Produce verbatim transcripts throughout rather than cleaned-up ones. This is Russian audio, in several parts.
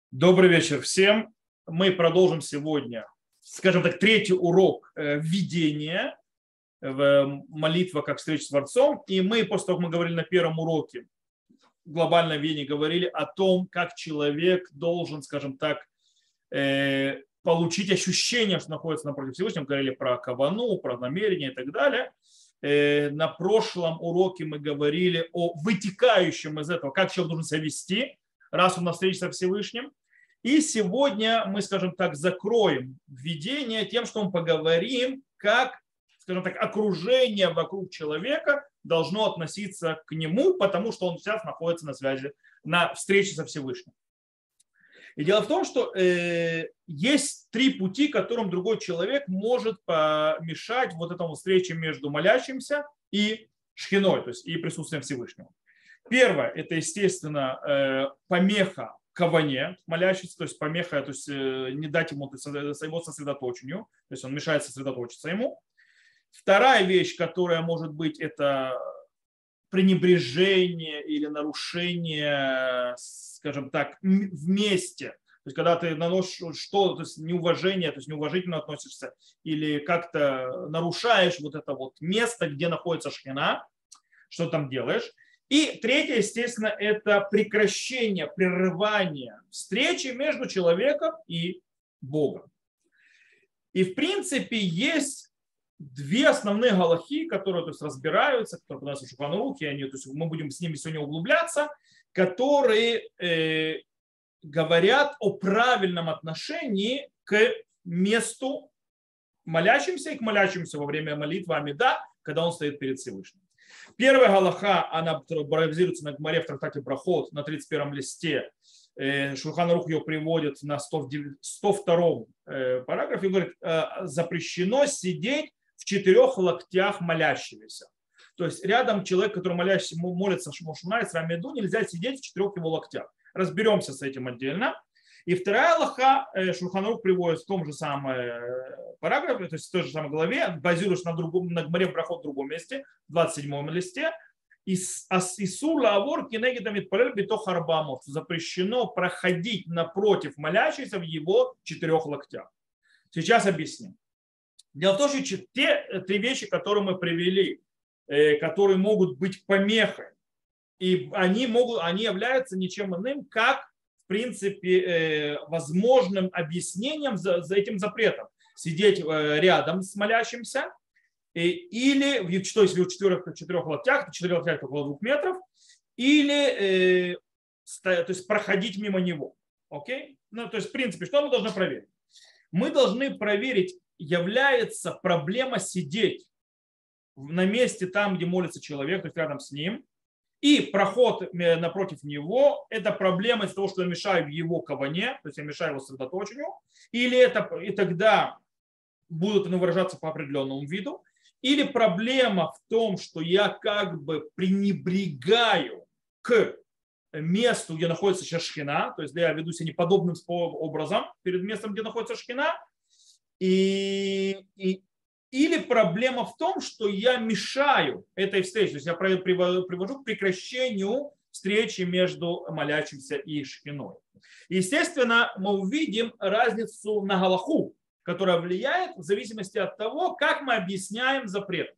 Добрый вечер всем. Мы продолжим сегодня, скажем так, третий урок э, введения в молитва как встреча с Творцом. И мы, после того, как мы говорили на первом уроке глобальном веянии, говорили о том, как человек должен, скажем так, э, получить ощущение, что находится напротив Всевышнего. Мы говорили про кавану, про намерение и так далее. Э, на прошлом уроке мы говорили о вытекающем из этого, как человек должен себя вести, раз он на встрече со Всевышним. И сегодня мы, скажем так, закроем введение тем, что мы поговорим, как, скажем так, окружение вокруг человека должно относиться к нему, потому что он сейчас находится на связи, на встрече со Всевышним. И дело в том, что э, есть три пути, которым другой человек может помешать вот этому встрече между молящимся и шхиной, то есть и присутствием Всевышнего. Первое – это, естественно, э, помеха каване молящийся, то есть помеха, то есть э, не дать ему его сосредоточению, то есть он мешает сосредоточиться ему. Вторая вещь, которая может быть, это пренебрежение или нарушение, скажем так, вместе. То есть когда ты наносишь что, то есть неуважение, то есть неуважительно относишься или как-то нарушаешь вот это вот место, где находится шхина, что ты там делаешь. И третье, естественно, это прекращение, прерывание встречи между человеком и Богом. И в принципе есть две основные галахи, которые, то есть, разбираются, которые у нас в Шулхан Арухе, они, то есть мы будем с ними сегодня углубляться, которые э, говорят о правильном отношении к месту молящимся и к молящимся во время молитвы Амида, когда он стоит перед Всевышним. Первая галаха, она базируется на Гмаре в трактате Брахот на тридцать первом листе. Шулхан Арух ее приводит на сто втором параграфе и говорит, запрещено сидеть в четырех локтях молящегося. То есть рядом человек, который молящийся, молится Шмошуна и Срамеду, нельзя сидеть в четырех его локтях. Разберемся с этим отдельно. И вторая галаха, Шулхан Арух приводит в том же самом параграфе, то есть в той же самой главе, базируясь на, другом, на Гмаре Брахот в другом месте, в двадцать седьмом листе, Исур лавор кинегидам итпалель битох арбамот. Запрещено проходить напротив молящихся в его четырех локтях. Сейчас объясним. Дело в том, что те три вещи, которые мы привели, которые могут быть помехой, и они, могут, они являются ничем иным, как в принципе возможным объяснением за, за этим запретом. Сидеть рядом с молящимся, или, то есть в четырех, четырех локтях, четырех локтях около двух метров, или то есть проходить мимо него. Окей? Ну, то есть, в принципе, что мы должны проверить? Мы должны проверить, является проблема сидеть на месте там, где молится человек, то есть рядом с ним, и проход напротив него – это проблема из-за того, что я мешаю его каване, то есть я мешаю его сосредоточению, или это, и тогда будут они выражаться по определенному виду, или проблема в том, что я как бы пренебрегаю к месту, где находится сейчас шхина, то есть я веду себя неподобным образом перед местом, где находится шхина, и, и, или проблема в том, что я мешаю этой встрече, то есть я привожу к прекращению встречи между молящимся и шхиной. Естественно, мы увидим разницу на галаху, которая влияет в зависимости от того, как мы объясняем запрет.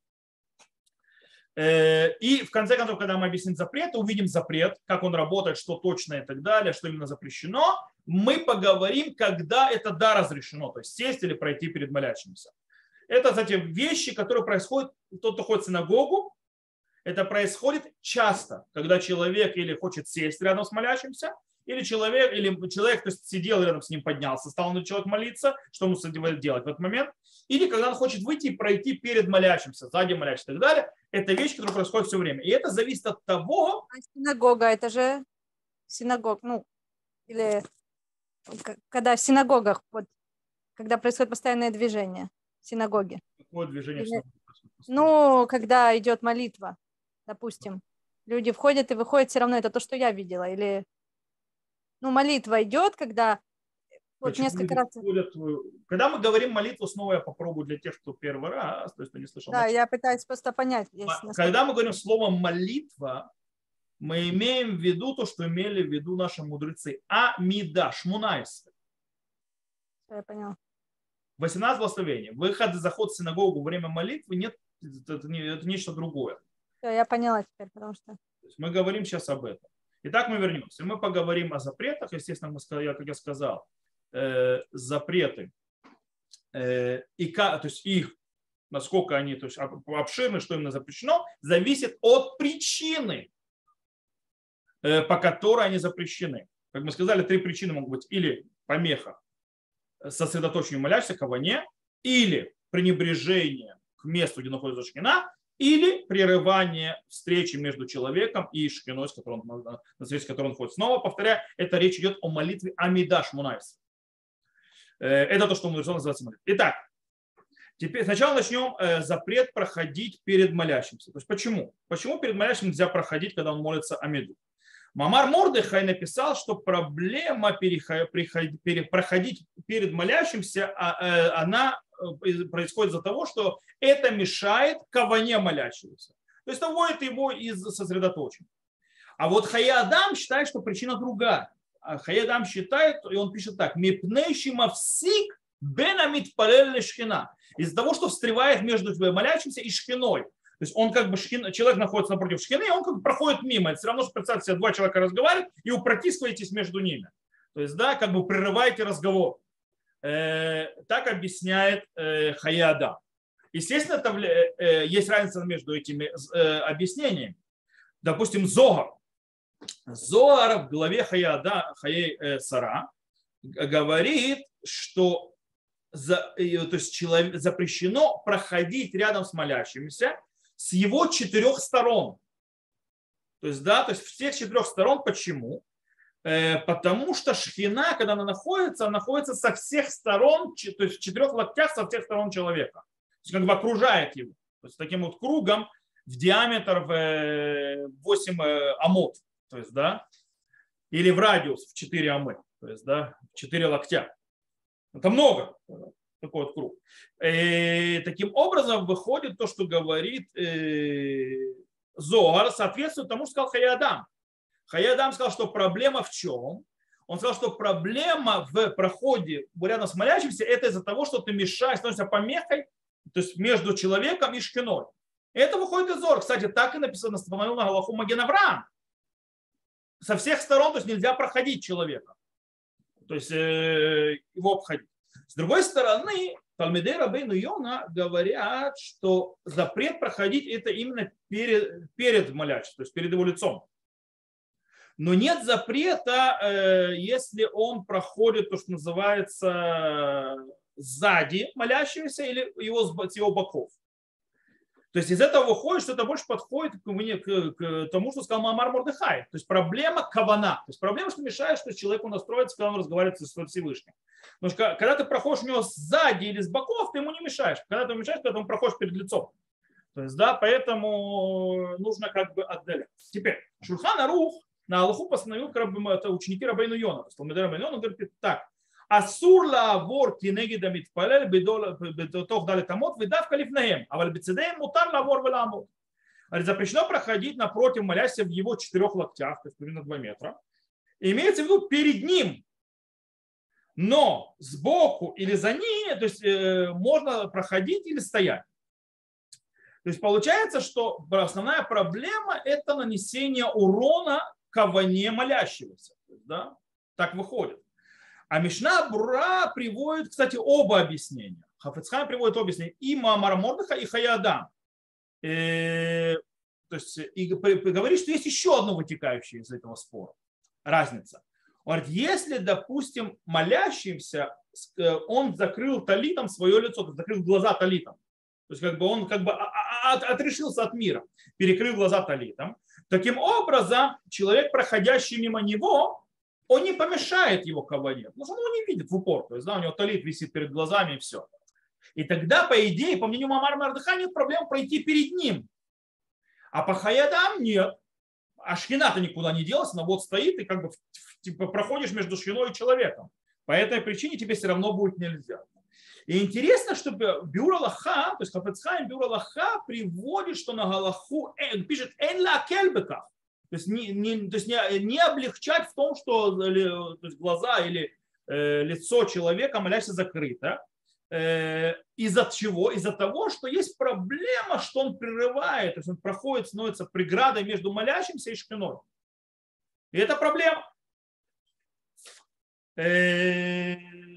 И в конце концов, когда мы объясним запрет, увидим запрет, как он работает, что точно и так далее, что именно запрещено, мы поговорим, когда это да разрешено, то есть сесть или пройти перед молящимся. Это, кстати, вещи, которые происходят, тот, кто ходит в синагогу, это происходит часто, когда человек или хочет сесть рядом с молящимся, или человек, или человек, то есть сидел рядом с ним, поднялся, стал на человек молиться, что ему делать в этот момент, или когда он хочет выйти и пройти перед молящимся, сзади молящимся и так далее. Это вещь, которая происходит все время. И это зависит от того... А синагога, это же синагог, ну, или когда в синагогах, вот, когда происходит постоянное движение в синагоге. Какое движение? Или, ну, когда идет молитва, допустим, люди входят и выходят, все равно это то, что я видела, или... Ну, молитва идет, когда вот несколько раз... Ходят... Когда мы говорим молитву, снова я попробую для тех, кто первый раз, то есть кто не слышал. Да, я пытаюсь просто понять. Если когда мы говорим слово молитва, мы имеем в виду то, что имели в виду наши мудрецы. Амида, шмунайс. Я понял. восемнадцать благословений. Выход и заход в синагогу во время молитвы нет, это, не, это нечто другое. Все, я поняла теперь, потому что... Мы говорим сейчас об этом. Итак, мы вернемся. Мы поговорим о запретах. Естественно, мы, я, как я сказал, э, запреты. Э, и, то есть их, насколько они то есть, обширны, что именно запрещено, зависит от причины, э, по которой они запрещены. Как мы сказали, три причины могут быть: или помеха сосредоточению молящихся, каване, или пренебрежение к месту, где находится шхина, или прерывание встречи между человеком и шхиной, с которой он, на встрече с которой он ходит. Снова повторяю, это речь идет о молитве Амида Шмунайс. Это то, что мудрецы называется молитвой. Итак, теперь сначала начнем запрет проходить перед молящимся. То есть почему? Почему перед молящим нельзя проходить, когда он молится Амиду? Мамар Мордехай написал, что проблема проходить перед молящимся, она происходит из-за того, что это мешает каване молящегося. То есть наводит его из сосредоточения. А вот Хая-Адам считает, что причина другая. Хая-Адам считает, и он пишет так: «Мипнейши мавсик бенамит парель шхина». Из-за того, что встревает между молящимся и шхиной. То есть он как бы, шхин, человек находится напротив шхины, и он как бы проходит мимо. Это все равно, что представьте себе, два человека разговаривают, и вы протискиваетесь между ними. То есть, да, как бы прерываете разговор. Э, так объясняет э, Хая-Адам. Естественно, это, э, есть разница между этими э, объяснениями. Допустим, Зоар. Зоар в главе Хая-Ада, Хая-Сара говорит, что за, то есть человек, запрещено проходить рядом с молящимися с его четырех сторон. То есть, да, то есть всех четырех сторон. Почему? Э, потому что шхина, когда она находится, она находится со всех сторон, то есть в четырех локтях со всех сторон человека. То есть как бы окружает его. То есть таким вот кругом в диаметр в восемь амот. То есть, да, или в радиус в четыре амы. То есть, да, четыре локтя. Это много. Такой вот круг. И таким образом выходит то, что говорит э, Зоар, соответствует тому, что сказал Хая-Адам. Хая-Адам сказал, что проблема в чем? Он сказал, что проблема в проходе рядом с молящимся — это из-за того, что ты мешаешь, становишься помехой, то есть между человеком и шхиной. Это выходит из Зоар. Кстати, так и написано на Галаху Маген Авраам. Со всех сторон, то есть нельзя проходить человека. То есть э, его обходить. С другой стороны, Талмидей Рабейну Йона говорят, что запрет проходить это именно перед, перед молящимся, то есть перед его лицом. Но нет запрета, если он проходит то, что называется сзади молящегося или его, с его боков. То есть из этого выходит, что это больше подходит к, к, к тому, что сказал Мамар Мордехай. То есть проблема кавана. То есть проблема, что мешает, что человеку настроиться, когда он разговаривает со Всевышним. Потому что когда ты проходишь у него сзади или с боков, ты ему не мешаешь. Когда ты ему мешаешь, когда ты проходишь перед лицом. То есть, да, поэтому нужно как бы отдаляться. Теперь, Шульхан Арух на Аллаху постановил, как бы, это ученики Рабейну Йона. То есть, Рабейну Йона говорит так: אסור לעבור כנגד המתפלל בתוך דלת אמות ודווקא לפניהם, אבל בצדיהם מותר לעבור ולעמוד. Запрещено проходить напротив молящегося в его четырех локтях, то есть примерно два метра. И имеется в виду перед ним. Но сбоку или за ним, то есть э, можно проходить или стоять. То есть получается, что основная проблема — это нанесение урона каване молящегося. Да? Так выходит. А Мишна Бура приводит, кстати, оба объяснения. Хафец Хаим приводит оба объяснения. И Мамар Мордехай, и Хая-Адам. Э, то есть и говорит, что есть еще одно вытекающее из этого спора. Разница. Он говорит, если, допустим, молящимся, он закрыл талитом свое лицо, закрыл глаза талитом. То есть как бы он как бы отрешился от мира, перекрыл глаза талитом. Таким образом, человек, проходящий мимо него, он не помешает его каване, потому что он его не видит в упор. То есть, да, у него талит висит перед глазами и все. И тогда, по идее, по мнению Мамар Мордехай, нет проблем пройти перед ним. А по Хая-Адам нет. А шхина-то никуда не делась, она вот стоит, и как бы типа, проходишь между шхиной и человеком. По этой причине тебе все равно будет нельзя. И интересно, что Биур Аллаха, то есть Хафец Хаим Биур Аллаха приводит, что на Галаху, пишет «Эн ла кельбеках». То есть не, не, то есть не, не облегчать в том, что то есть глаза или э, лицо человека молящегося закрыто. Э, из-за чего? Из-за того, что есть проблема, что он прерывает, то есть он проходит, становится преградой между молящимся и шхиной. И это проблема. Э,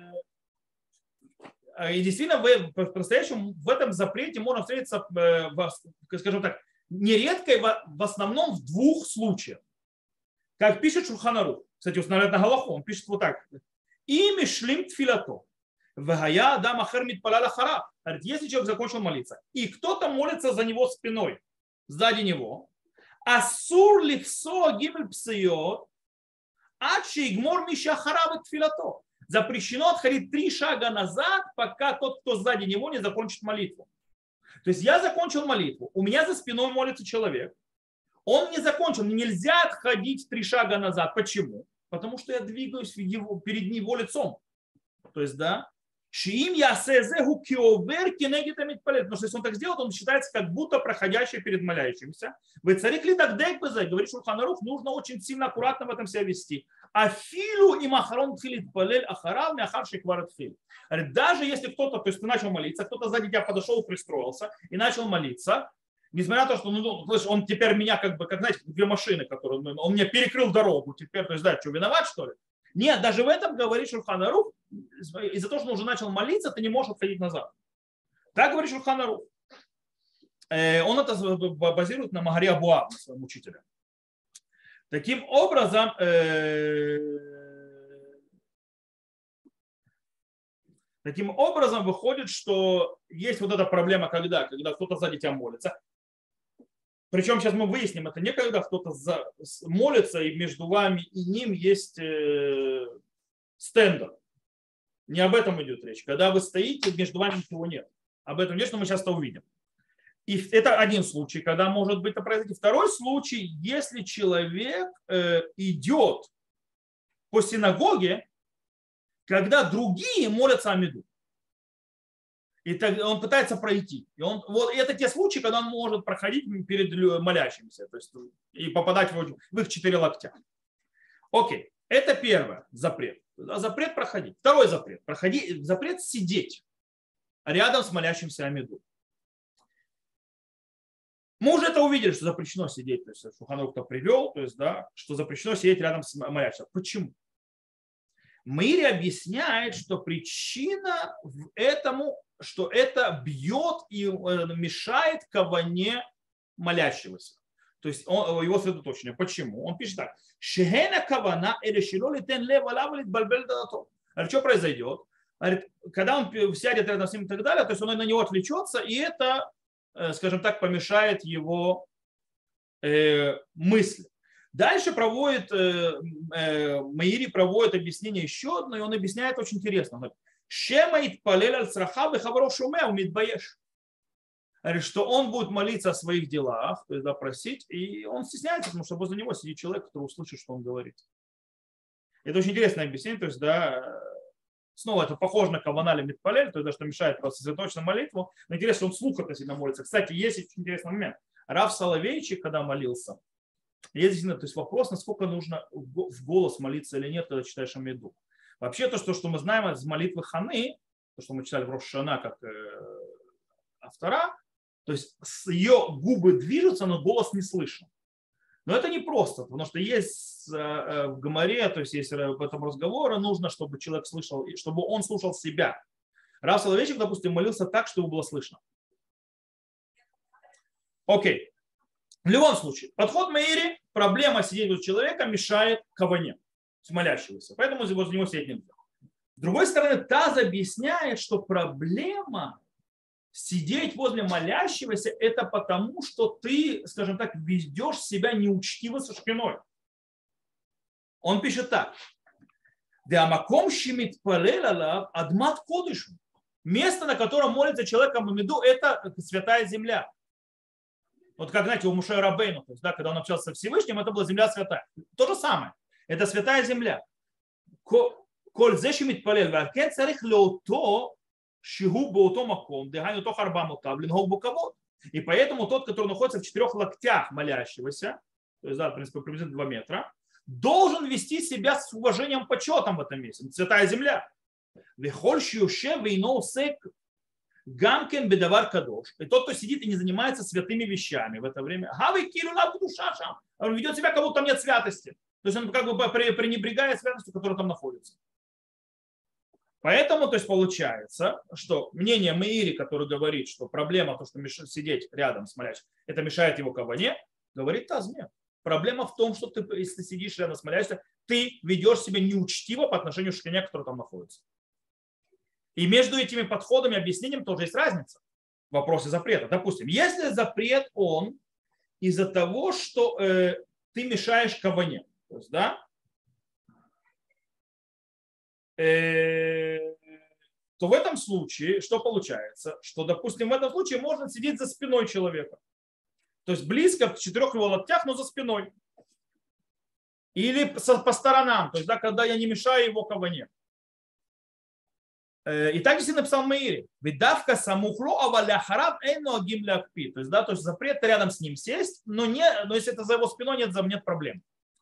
и действительно, по-настоящему в этом запрете можно встретиться, скажем так, нередко и в основном в двух случаях. Как пишет Шулхан Арух, кстати, установляет на Галаху, он пишет вот так. И мишлим тфилато. Вагая адам ахар митпалал ахара. Если человек закончил молиться, и кто-то молится за него спиной, сзади него, асур лифсо гимель псиот, ачи игмор миша ахара тфилато. Запрещено отходить три шага назад, пока тот, кто сзади него, не закончит молитву. То есть я закончил молитву, у меня за спиной молится человек, он не закончил, мне нельзя отходить три шага назад. Почему? Потому что я двигаюсь его, перед его лицом. То есть, да, шиим я сезеху киовер кинегитамит палет. Потому что если он так сделает, он считается как будто проходящий перед молящимся. Вы царик ли так декбезе, говорит Шулхан Арух, нужно очень сильно аккуратно в этом себя вести. Афилу и махарон тхилит палель ахарав мяхарший кварат хиль. Даже если кто-то, то есть ты начал молиться, кто-то сзади тебя подошел, пристроился и начал молиться, несмотря на то, что ну, он теперь меня как бы, как знаете, две машины, которые он мне перекрыл дорогу, теперь, то есть, да, что, виноват, что ли? Нет, даже в этом говорит Шулхан Арух, из-за того, что он уже начал молиться, ты не можешь отходить назад. Так говорит Шулхан Арух. Он это базирует на Магаре Абуав, на своем учителе. Таким образом, таким образом выходит, что есть вот эта проблема, когда, когда кто-то сзади тебя молится. Причем сейчас мы выясним, это не когда кто-то за, молится, и между вами и ним есть э, стендер. Не об этом идет речь. Когда вы стоите, между вами ничего нет. Об этом нет, что мы сейчас-то увидим. И это один случай, когда может быть это произойти. Второй случай, если человек э, идет по синагоге, когда другие молятся Амиду. И так он пытается пройти. И он, вот это те случаи, когда он может проходить перед молящимся, то есть и попадать в, в их четыре локтя. Окей, это первое запрет. Запрет проходить. Второй запрет. Проходи, запрет сидеть рядом с молящимся Амиду. Мы уже это увидели, что запрещено сидеть, то есть Шулхан Арух кто привел, то есть, да, что запрещено сидеть рядом с молящимся. Почему? Мири объясняет, что причина в этому, что это бьет и мешает каване молящегося. То есть он, его сосредоточение. Почему? Он пишет так. Шехена кавана или шилоли тен лев алавлит бальбель дадато. Что произойдет? Когда он сядет рядом с ним и так далее, то есть он на него отвлечется, и это, скажем так, помешает его э, мысли. Дальше проводит, э, э, Маири проводит объяснение еще одно, и он объясняет очень интересно. Шемаит палель аль црахав и хаваров шумеу мидбаеш. Что он будет молиться о своих делах, то есть да, просить, и он стесняется, потому что возле него сидит человек, который услышит, что он говорит. Это очень интересное объяснение, то есть, да, снова это похоже на кавана или мидпалель, то есть, да, что мешает сосредоточиться на молитву, но интересно, он слух относительно молится. Кстати, есть очень интересный момент. Рав Соловейчик, когда молился, есть то есть вопрос, насколько нужно в голос молиться или нет, когда читаешь Амиду. Вообще то, что, что мы знаем из молитвы Ханы, то, что мы читали в Рош ха-Шана как э, автора, то есть ее губы движутся, но голос не слышен. Но это не просто, потому что есть э, в Гемаре, то есть есть в этом разговоре, нужно, чтобы человек слышал, чтобы он слушал себя. Рав Соловейчик, допустим, молился так, чтобы было слышно. Окей. В любом случае, подход Меири, проблема сидеть у человека мешает каване, молящегося. Поэтому возле него сидеть нельзя. С другой стороны, Таз объясняет, что проблема сидеть возле молящегося – это потому, что ты, скажем так, ведешь себя неучтиво со шхиной. Он пишет так. Деамаком шимит палелалав адмат кодышу. Место, на котором молится человек Амиду, это святая земля. Вот как, знаете, у Моше Рабейну, то есть, да, когда он общался со Всевышним, это была земля святая. То же самое. Это святая земля. Коль зешимит палел, варкен царих леото шигу боото маком, дыханию то харба мотав, лингов буковод. И поэтому тот, который находится в четырех локтях молящегося, то есть, да, в принципе, приблизительно два метра, должен вести себя с уважением, почетом в этом месте. Святая земля. Гамкен бедавар кадош. И тот, кто сидит и не занимается святыми вещами в это время, он ведет себя, как будто там нет святости. То есть он как бы пренебрегает святостью, которая там находится. Поэтому, то есть получается, что мнение Меири, который говорит, что проблема, то, что меш... сидеть рядом с молящим, это мешает его каване, говорит Тазме. Проблема в том, что ты, если ты сидишь рядом с молящимся, ты ведешь себя неучтиво по отношению к шхине, который там находится. И между этими подходами и объяснением тоже есть разница в вопросе запрета. Допустим, если запрет он из-за того, что э, ты мешаешь каване, то есть, да, э, то в этом случае что получается? Что, допустим, в этом случае можно сидеть за спиной человека. То есть близко, в четырех его локтях, но за спиной. Или по сторонам, то есть, да, когда я не мешаю его каване. И так здесь написал Меири. Видавка самухло аваляхараб эйно гимлякпи. То есть, да, то есть запрет рядом с ним сесть, но, не, но если это за его спиной, нет, нет проблем.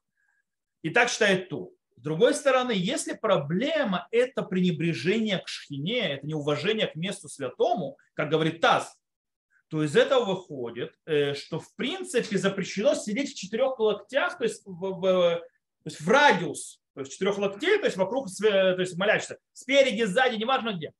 И так считает Тур. С другой стороны, если проблема это пренебрежение к шхине, это неуважение к месту святому, как говорит Таз, то из этого выходит, что в принципе запрещено сидеть в четырех локтях, то есть в, в, то есть в радиус. То есть четырех локтей, то есть вокруг, то есть молящихся, спереди, сзади, неважно где.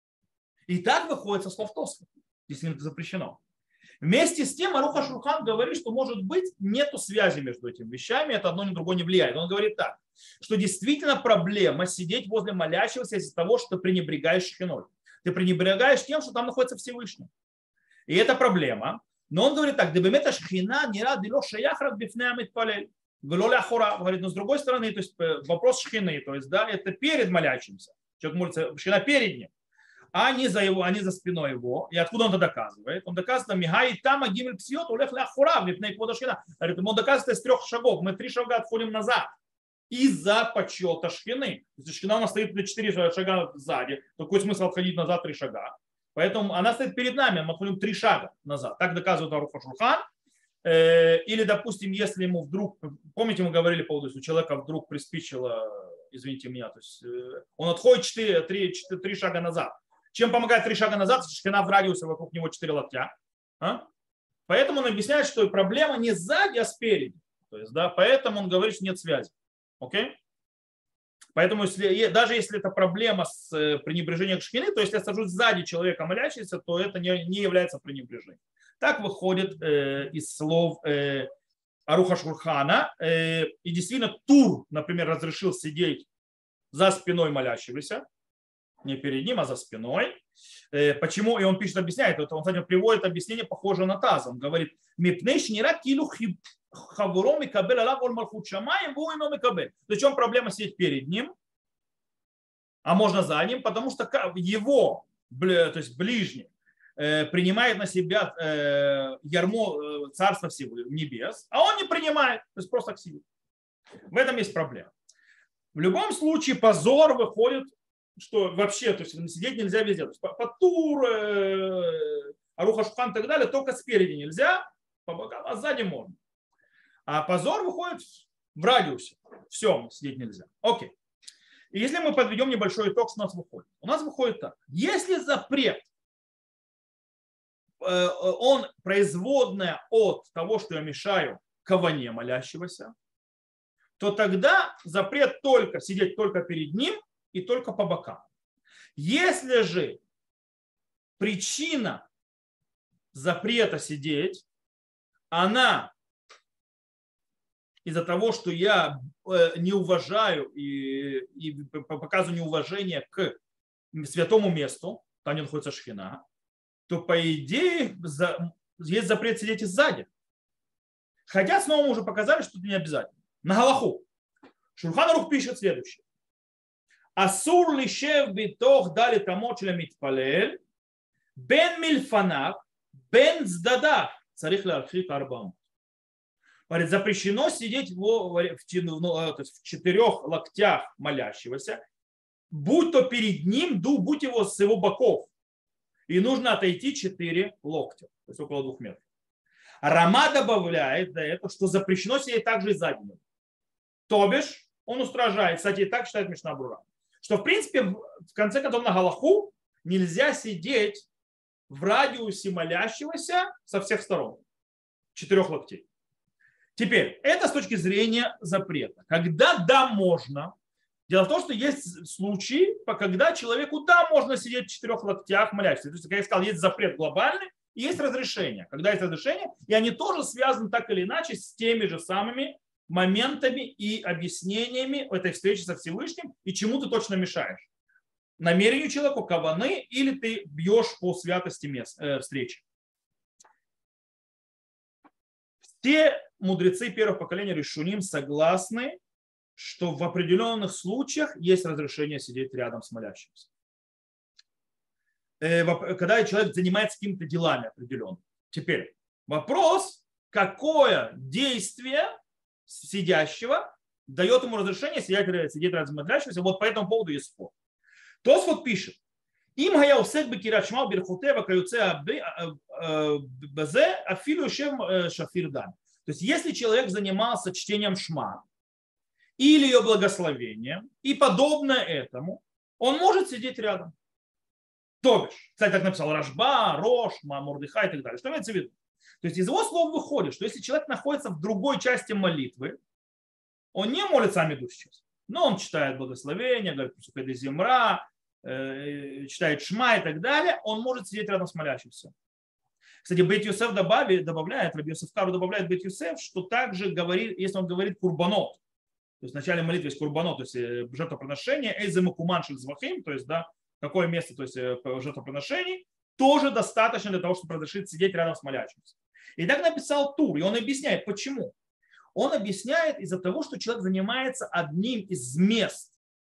И так выходит со слов Тоска, если это запрещено. Вместе с тем Арух ха-Шульхан говорит, что может быть нету связи между этими вещами, это одно ни другое не влияет. Он говорит так, что действительно проблема сидеть возле молящегося из-за того, что ты пренебрегаешь шхиной. Ты пренебрегаешь тем, что там находится Всевышний. И это проблема. Но он говорит так, дебемета шхина нира дило шаяхрак бифнеамит палель. Говорит, но с другой стороны, то есть вопрос шхины, то есть, да, это перед молящимся. Человек молится, шхина перед ним, а не за его, а не за спиной его. И откуда он это доказывает? Он доказывает, мигай тама гимель псиот, улех ляхура, випней квода шхина. Говорит, он доказывает из трех шагов. Мы три шага отходим назад из-за почета шхины. Если шхина у нас стоит на четыре шага сзади, то какой смысл отходить назад три шага? Поэтому она стоит перед нами, мы отходим три шага назад. Так доказывает Арух ха-Шульхан. Или, допустим, если ему вдруг, помните, мы говорили по поводу, если у человека вдруг приспичило, извините меня, то есть он отходит четыре, три, четыре, три шага назад. Чем помогает три шага назад, шхина в радиусе вокруг него четыре локтя. А? Поэтому он объясняет, что проблема не сзади, а спереди. То есть, да, поэтому он говорит, что нет связи. Окей? Поэтому если, даже если это проблема с пренебрежением к шхине, то есть если я сажусь сзади человека молящегося, то это не, не является пренебрежением. Так выходит э, из слов э, Аруха ха-Шульхана. Э, и действительно Тур, например, разрешил сидеть за спиной молящегося. Не перед ним, а за спиной. Э, почему? И он пишет, объясняет. Это он, кстати, приводит объяснение, похожее на Таз. Он говорит, «Мипнейш нира килу хавуром и кабель алав оль малхут шамаем ву ино микабель». То есть в чем проблема сидеть перед ним, а можно за ним, потому что его, то есть ближний, принимает на себя ярмо Царства всего небес, а он не принимает, то есть просто сидит. В этом есть проблема. В любом случае позор выходит, что вообще, то есть сидеть нельзя везде. То есть по Тур, Арух ха-Шульхан и так далее, только спереди нельзя, по бокам, а сзади можно. А позор выходит в радиусе. Все, сидеть нельзя. Окей. И если мы подведем небольшой итог, что у нас выходит? У нас выходит так. Если запрет он производная от того, что я мешаю каване молящегося, то тогда запрет только сидеть только перед ним и только по бокам. Если же причина запрета сидеть, она из-за того, что я не уважаю и, и показываю неуважение к святому месту, там, где находится шхина, то по идее есть запрет сидеть и сзади. Хотя снова мы уже показали, что это не обязательно. На галаху. Шульхан Арух пишет следующее. Асур лишев битох дали тамочля митпалель бен мильфанав бен сдадах царих лархит арбам. Запрещено сидеть в, в, в, в четырех локтях молящегося, будь то перед ним, будь его с его боков. И нужно отойти четыре локтя, то есть около двух метров. Рама добавляет до этого, что запрещено сидеть также и за днем. То бишь, он устражает. Кстати, и так считает Мишна Брура. Что, в принципе, в конце концов, на Галаху нельзя сидеть в радиусе молящегося со всех сторон. Четырех локтей. Теперь, это с точки зрения запрета. Когда да, можно. Дело в том, что есть случаи, когда человеку да, можно сидеть в четырех локтях молящихся. То есть, как я сказал, есть запрет глобальный и есть разрешение. Когда есть разрешение, и они тоже связаны так или иначе с теми же самыми моментами и объяснениями этой встречи со Всевышним и чему ты точно мешаешь. Намерению человека, каваны, или ты бьешь по святости мест, э, встречи. Все мудрецы первого поколения решуним согласны, что в определенных случаях есть разрешение сидеть рядом с молящимся. Э, когда человек занимается какими-то делами определенными. Теперь вопрос, какое действие сидящего дает ему разрешение сидеть, сидеть рядом с молящимся. Вот по этому поводу есть спор. Тосфот пишет: им гая усек бекират шма берхутева каюце базе афилу шем шафирдан. То есть, если человек занимался чтением шма или ее благословением и подобное этому, он может сидеть рядом. То бишь, кстати, так написал Рашба, Рош, Мордыхай и так далее. Что имеется в виду? То есть из его слов выходит, что если человек находится в другой части молитвы, он не молится Амиду сейчас, но он читает благословение, говорит Псукеды Земра, э, читает Шма и так далее, он может сидеть рядом с молящимся. Кстати, Бейт Йосеф добавляет, добавляет Раби Йосеф Кару добавляет Бейт Йосеф, что также говорит, если он говорит курбанот, то есть в начале молитвы есть курбанот, то есть жертвоприношение, эйземакуман шельзвахим, то есть да, какое место, то есть жертвоприношений, тоже достаточно для того, чтобы разрешить сидеть рядом с молящимся. И так написал Тур, и он объясняет, почему. Он объясняет из-за того, что человек занимается одним из мест,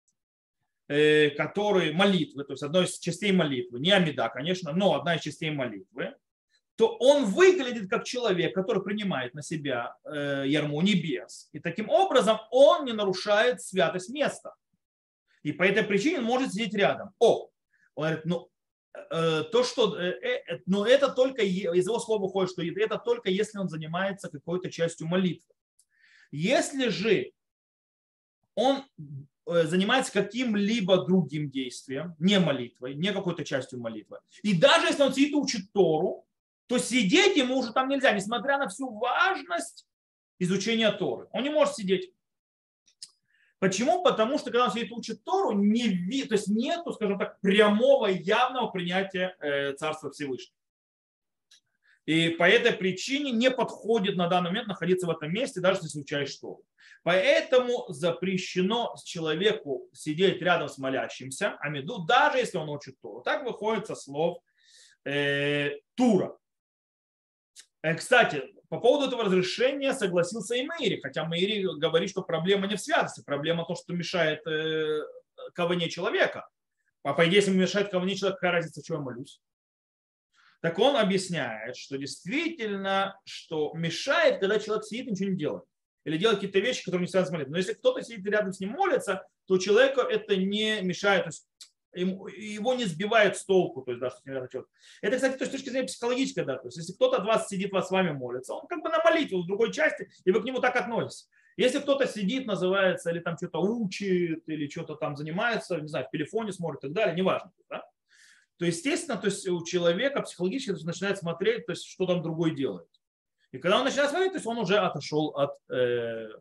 которые молитвы, то есть одной из частей молитвы, не амида, конечно, но одна из частей молитвы, то он выглядит как человек, который принимает на себя ярмо небес. И таким образом он не нарушает святость места. И по этой причине он может сидеть рядом. О, он говорит, ну, то, что, но это только, из его слова выходит, что это только если он занимается какой-то частью молитвы. Если же он занимается каким-либо другим действием, не молитвой, не какой-то частью молитвы, и даже если он сидит и учит Тору, то сидеть ему уже там нельзя, несмотря на всю важность изучения Торы. Он не может сидеть. Почему? Потому что когда он сидит и учит Тору, не, то есть нету, скажем так, прямого явного принятия э, Царства Всевышнего. И по этой причине не подходит на данный момент находиться в этом месте, даже если изучаешь Тору. Поэтому запрещено человеку сидеть рядом с молящимся, амиду, даже если он учит Тору. Так выходит со слов э, Тура. Э, кстати, по поводу этого разрешения согласился и Мейри, хотя Мейри говорит, что проблема не в святости, проблема то, что мешает э, каване человека. А по идее, если мешает каване человека, какая разница, чего я молюсь? Так он объясняет, что действительно, что мешает, когда человек сидит и ничего не делает. Или делает какие-то вещи, которые не связаны с молитвой. Но если кто-то сидит рядом с ним молится, то человеку это не мешает. То есть его не сбивает с толку. То есть, да, что это, кстати, с точки зрения психологической. Да, то есть, если кто-то от вас сидит, вас с вами молится, он как бы на молитве в другой части, и вы к нему так относитесь. Если кто-то сидит, называется, или там что-то учит, или что-то там занимается, не знаю, в телефоне смотрит и так далее, неважно. Да? То, естественно, то есть у человека психологически начинает смотреть, то есть, что там другой делает. И когда он начинает смотреть, то есть он уже отошел от э,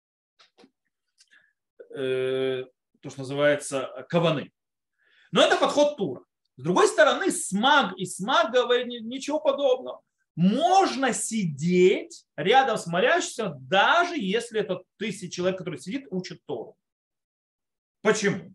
э, то, что называется каваны. Но это подход Тура. С другой стороны, Смаг и Смаг говорит ничего подобного. Можно сидеть рядом с молящимся, даже если это тысяча человек, который сидит, учит Тору. Почему?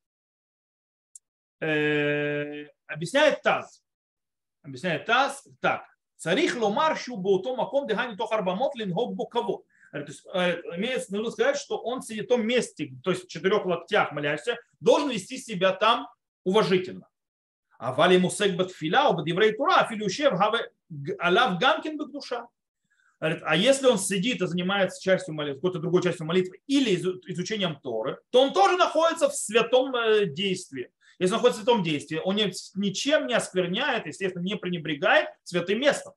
Э, объясняет Таз. Объясняет Таз так. Царих ломар шубу маком дыхани тохарбамот лингок буково. Имеется нужно сказать, что он сидит в том месте, то есть в четырех локтях молящийся, должен вести себя там уважительно. А вали мусек батфиля, обдиврей тура, филюшев алав гамкин бекдуша. А если он сидит и занимается частью молитвы, какой-то другой частью молитвы или изучением Торы, то он тоже находится в святом действии. Если он находится в святом действии, он ничем не оскверняет, естественно, не пренебрегает святым местом.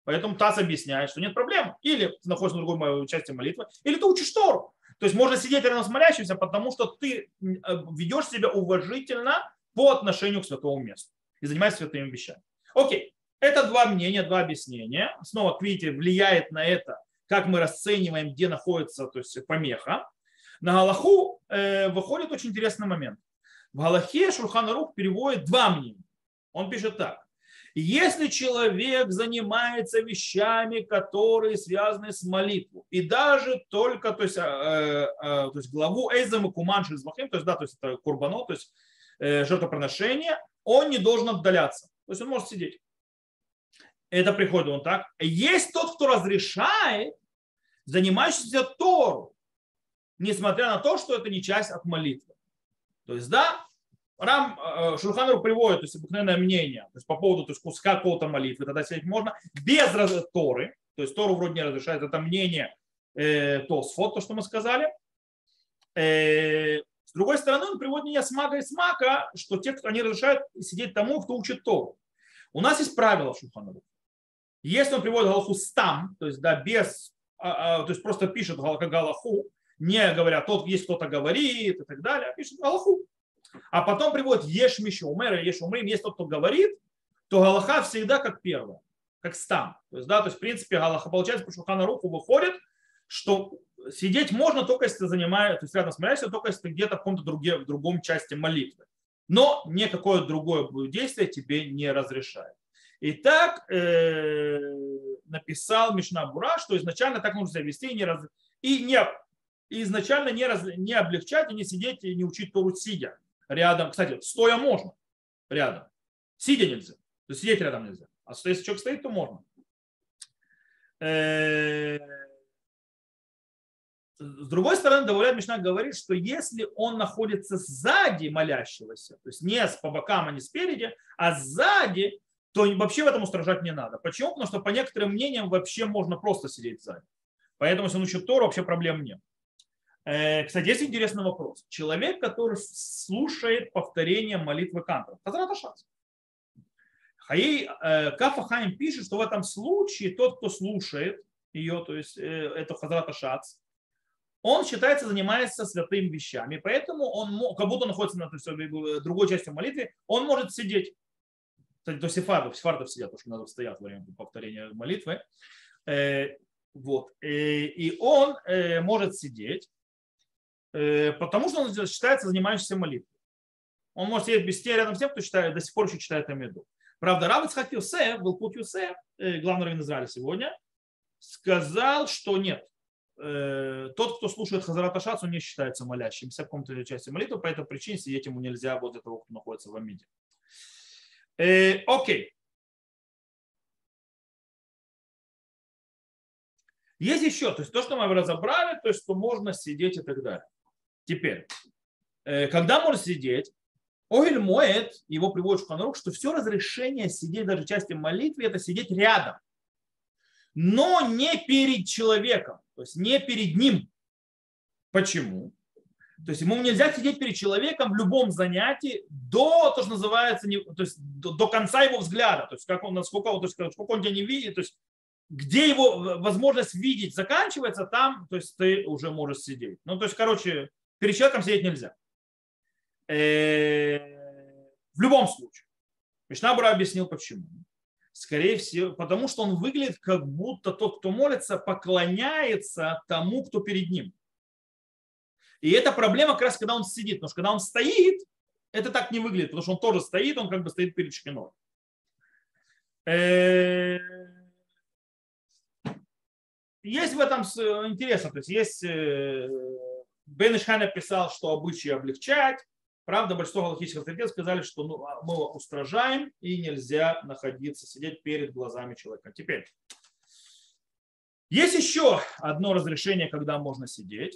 Поэтому Таз объясняет, что нет проблем. Или ты находишься на другой части молитвы, или ты учишь Тору. То есть можно сидеть рядом с молящимся, потому что ты ведешь себя уважительно по отношению к святому месту и занимаешься святыми вещами. Окей. Это два мнения, два объяснения. Снова, видите, влияет на это, как мы расцениваем, где находится, то есть, помеха. На Галаху э, выходит очень интересный момент. В Галахе Шулхан Арух переводит два мнения. Он пишет так. Если человек занимается вещами, которые связаны с молитвой, и даже только, то есть, э, э, то есть главу Эйзам и Куман Шизбахим, то есть, да, то есть это курбано, то есть э, жертвоприношение, он не должен отдаляться. То есть он может сидеть. Это приходит он так. Есть тот, кто разрешает занимающийся Тору, несмотря на то, что это не часть от молитвы. То есть, да, Рам Шулхан Арух приводит, то есть обыкновенное мнение, то есть по поводу, то есть, куска какого-то молитвы, тогда сидеть можно без Торы, то есть Тору вроде не разрешает, это мнение э, Тосфот, то, что мы сказали. Э, с другой стороны, он приводит мнение Смака и Смака, что те, кто они разрешают сидеть тому, кто учит Тору. У нас есть правило в Шулхан Арух. Если он приводит галаху стам, то есть, да, без, а, а, то есть просто пишет галаху, не говоря, тот есть кто-то говорит и так далее, а пишет галаху. А потом приводит еш миши умер, еш умрим, есть тот, кто говорит, то галаха всегда как первое, как стам. То есть, да, то есть в принципе галаха, получается, по Шулхан Аруху выходит, что сидеть можно только если ты занимаешь, то есть рядом с молящимся, только если ты где-то в каком-то друге, в другом части молитвы. Но никакое другое действие тебе не разрешает. И так э, написал Мишна Бура, что изначально так нужно себя вести и, не раз, и, не, и изначально не, раз, не облегчать и не сидеть и не учить Тору сидя рядом. Кстати, стоя можно рядом. Сидя нельзя. То есть сидеть рядом нельзя. А если человек стоит, то можно. Э, с другой стороны, добавляет Мишна говорит, что если он находится сзади молящегося, то есть не по бокам, а не спереди, а сзади, то вообще в этом устражать не надо. Почему? Потому что по некоторым мнениям вообще можно просто сидеть сзади. Поэтому, если он учит Тору, вообще проблем нет. Кстати, есть интересный вопрос. Человек, который слушает повторение молитвы Канторов, Хазрат Ашац. Каф Хаим пишет, что в этом случае тот, кто слушает ее, то есть это Хазрат Ашац, он считается, занимается святыми вещами, поэтому он, как будто находится на другой части молитвы, он может сидеть. Кстати, до сефардов, сефардов сидят, потому что надо стоять во время повторения молитвы. Вот. И он может сидеть, потому что он считается занимающимся молитвой. Он может сидеть без тела рядом с тем, кто считает, до сих пор еще читает Амиду. Правда, Рав Ицхак Йосеф, Вилкут Йосеф, главный раввин Израиля сегодня, сказал, что нет. Тот, кто слушает Хазарат Ашац, он не считается молящимся в каком-то части молитвы, по этой причине сидеть ему нельзя возле того, кто находится в Амиде. Э, окей. Есть еще, то есть то, что мы разобрали, то есть что можно сидеть и так далее. Теперь, э, когда можно сидеть, Огель Моэд, его приводит в Шулхан Арух, что все разрешение сидеть даже в части молитвы, это сидеть рядом, но не перед человеком, то есть не перед ним. Почему? То есть ему нельзя сидеть перед человеком в любом занятии до, то, что называется, то есть до, до конца его взгляда. То есть как он, насколько, то есть, сколько он тебя не видит, то есть где его возможность видеть заканчивается, там то есть ты уже можешь сидеть. Ну, то есть, короче, перед человеком сидеть нельзя. В любом случае. Мишна Бура объяснил, почему. Скорее всего, потому что он выглядит, как будто тот, кто молится, поклоняется тому, кто перед ним. И эта проблема как раз, когда он сидит. Потому что когда он стоит, это так не выглядит, потому что он тоже стоит, он как бы стоит перед шхиной. Есть в этом интересно. То есть есть Бен Иш Хай написал, что обычаи облегчать. Правда, большинство галахических авторитетов сказали, что ну, мы его устражаем и нельзя находиться, сидеть перед глазами человека. Теперь, есть еще одно разрешение, когда можно сидеть.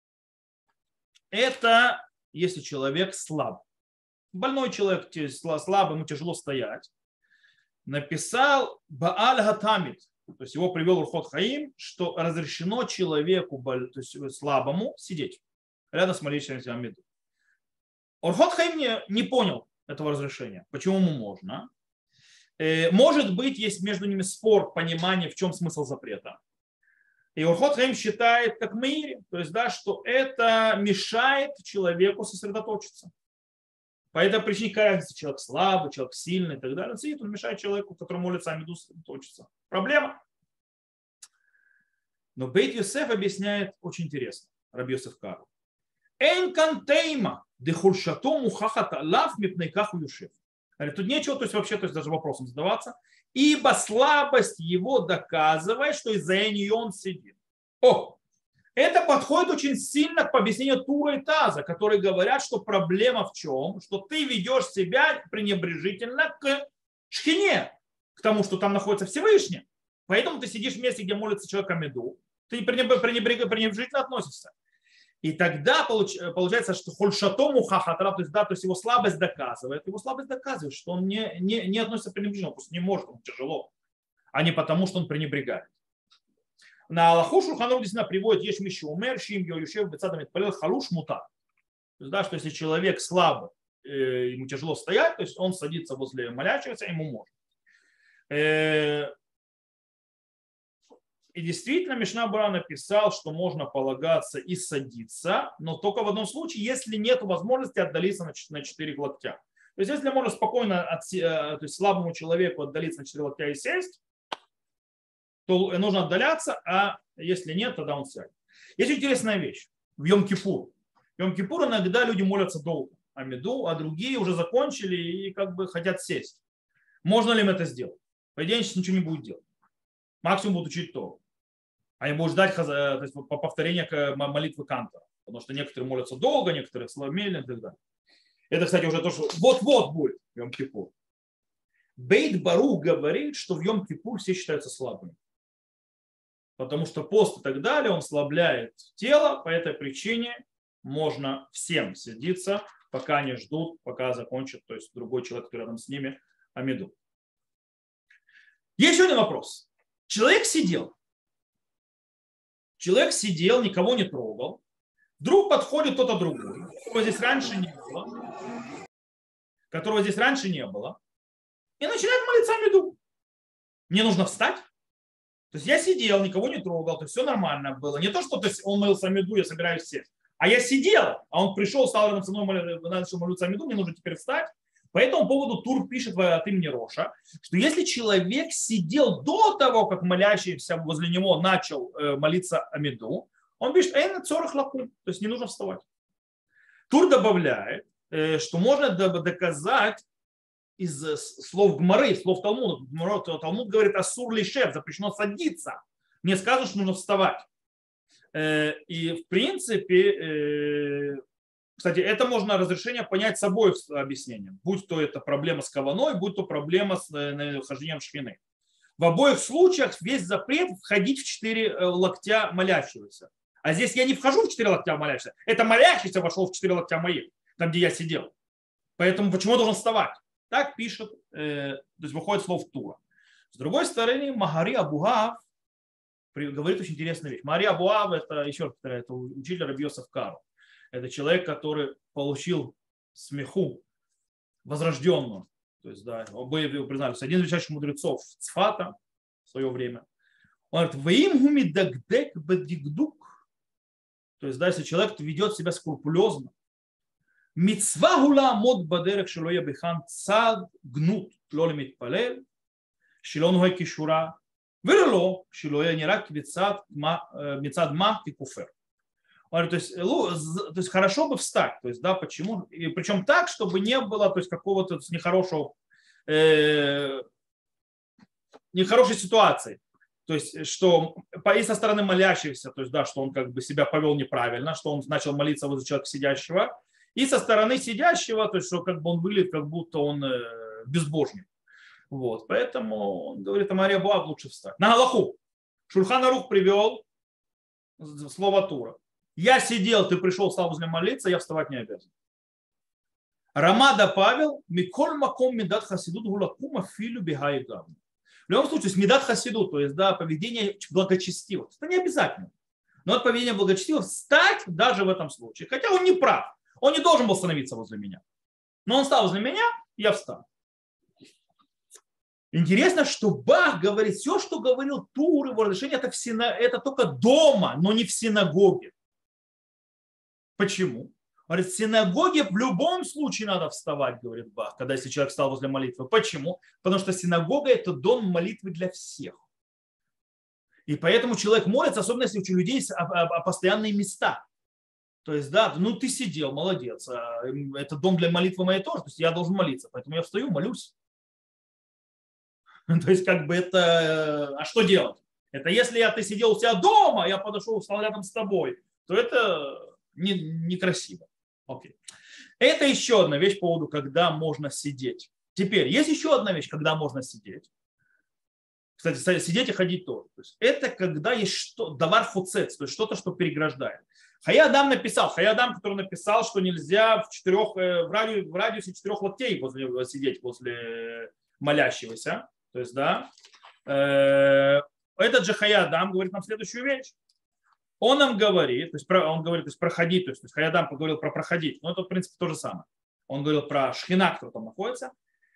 Это если человек слаб. Больной человек слабый, ему тяжело стоять. Написал Бааль Гатамид, то есть его привел Орхот Хаим, что разрешено человеку, то есть слабому, сидеть рядом с молитвенным Амиду. Орхот Хаим не, не понял этого разрешения. Почему ему можно? Может быть, есть между ними спор, понимание, в чем смысл запрета. И Орхот Хаим считает, как Мейри, то есть, да, что это мешает человеку сосредоточиться. По этой причине, кажется, человек слабый, человек сильный и так далее, сидит, он мешает человеку, который молится Амиду, сосредоточиться. Проблема. Но Бейт Йосеф объясняет очень интересно, Раби Йосеф Кару. Эн кантейма дехуршато мухахата лав мипнейкаху юшев. Тут нечего, то есть вообще, то есть даже вопросом задаваться. Ибо слабость его доказывает, что из-за нее он сидит. О, это подходит очень сильно к объяснению Тура и Таза, которые говорят, что проблема в чем? Что ты ведешь себя пренебрежительно к шхине, к тому, что там находится Всевышний. Поэтому ты сидишь в месте, где молится человек Амиду, ты пренебрежительно относишься. И тогда получается, что хольшатому хахатра, то есть, да, то есть его слабость доказывает, его слабость доказывает, что он не, не, не относится пренебрежительно, он просто не может, ему тяжело, а не потому, что он пренебрегает. На Аллаху Шулхан действительно приводит еш миши умер, шим йо юшев бецадам итпалел халуш мута. То есть, да, что если человек слабый, ему тяжело стоять, то есть он садится возле молящегося, ему может. И действительно Мишна Бара написал, что можно полагаться и садиться, но только в одном случае, если нет возможности отдалиться на четыре локтя. То есть если можно спокойно, от, то есть слабому человеку отдалиться на четыре локтя и сесть, то нужно отдаляться, а если нет, тогда он сядет. Есть интересная вещь. В Йом-Кипур. В Йом-Кипур иногда люди молятся долго Амиду, а другие уже закончили и как бы хотят сесть. Можно ли им это сделать? По идее, сейчас ничего не будет делать. Максимум будут учить Тору. Они будут ждать то есть, по повторению молитвы Кантора. Потому что некоторые молятся долго, некоторые слабомерно и так далее. Это, кстати, уже то, что вот-вот будет в Йом-Кипур. Бейт Бару говорит, что в Йом-Кипур все считаются слабыми. Потому что пост и так далее, он слабляет тело. По этой причине можно всем сидеться, пока они ждут, пока закончат, то есть другой человек, который рядом с ними, Амиду. Есть еще один вопрос. Человек сидел. Человек сидел, никого не трогал. Вдруг подходит кто-то другой, которого здесь раньше не было, которого здесь раньше не было, и начинает молиться Амиду. Мне нужно встать. То есть я сидел, никого не трогал, то есть все нормально было. Не то, что то есть он молился Амиду, я собираюсь сесть. А я сидел, а он пришел, стал рядом со мной, начал молиться Амиду, мне нужно теперь встать. По этому поводу Тур пишет от имени Роша, что если человек сидел до того, как молящийся возле него начал молиться Амиду, он пишет «Эйна цорах лакум», то есть не нужно вставать. Тур добавляет, что можно доказать из слов Гмары, слов Талмуда. Талмуд говорит «Асур лишев», запрещено садиться. Не сказано, что нужно вставать. И в принципе... Кстати, это можно разрешение понять с обоих объяснением. Будь то это проблема с каваной, будь то проблема с хождением шхины. В обоих случаях весь запрет входить в четыре локтя молящегося. А здесь я не вхожу в четыре локтя молящегося. Это молящийся вошел в четыре локтя моих, там, где я сидел. Поэтому почему я должен вставать? Так пишет, э, то есть выходит слов Тура. С другой стороны, Магари Абуав говорит очень интересную вещь. Магари Абуав, это еще раз повторяю, это учитель Раби Йосеф Кару. Это человек, который получил смеху возрожденную. То есть, да, оба его признали. Один из величайших мудрецов Цфата в свое время. Он говорит, «Ваим гуми дагдек бадигдук». То есть, да, если человек ведет себя скрупулезно. «Мицва гула мод бадерек шилоя бихан цад гнут лоли митпалел, шилон гой кишура, верло шилоя нирак мицад ма кикуфер». То есть, то есть хорошо бы встать, то есть, да, почему? И причем так, чтобы не было, то есть, какого-то нехорошего, э, нехорошей ситуации. То есть, что и со стороны молящихся, то есть, да, что он как бы себя повел неправильно, что он начал молиться возле человека сидящего, и со стороны сидящего, то есть, что как бы он выглядит, как будто он безбожник. Вот, поэтому он говорит, а Мария Буав лучше встать. На Галаху. Шульхан Арух привел слово Тура. Я сидел, ты пришел, стал возле молиться, я вставать не обязан. Рамада Павел, Миколь Маком Медат Хасидут Гулакума Филю Бегай Гавна. В любом случае, с Медат Хасидут, то есть, да, поведение благочестивого. Это не обязательно. Но от поведения благочестивого встать даже в этом случае. Хотя он не прав. Он не должен был становиться возле меня. Но он стал возле меня, я встал. Интересно, что Бах говорит, все, что говорил Тур, его разрешение, это, в сина... это только дома, но не в синагоге. Почему? Говорит, в синагоге в любом случае надо вставать, говорит Бах, когда если человек встал возле молитвы. Почему? Потому что синагога – это дом молитвы для всех. И поэтому человек молится, особенно если у людей есть постоянные места. То есть, да, ну ты сидел, молодец. Это дом для молитвы моей тоже, то есть я должен молиться. Поэтому я встаю, молюсь. То есть, как бы это... А что делать? Это если я, ты сидел у себя дома, я подошел, встал рядом с тобой, то это не, некрасиво. Окей. Это еще одна вещь по поводу, когда можно сидеть. Теперь, есть еще одна вещь, когда можно сидеть. Кстати, сидеть и ходить тоже. То есть, это когда есть что, давар фуцец, то есть что-то, что переграждает. Хаядам написал, Хаядам, который написал, что нельзя в, четырех, в, радиусе, в радиусе четырех локтей возле, сидеть после молящегося. То есть, да, этот же Хаядам говорит нам следующую вещь. Он нам говорит, то есть он говорит, то есть проходить, то есть, то есть Хаядам поговорил про проходить, но это в принципе то же самое. Он говорил про шхина, который там находится.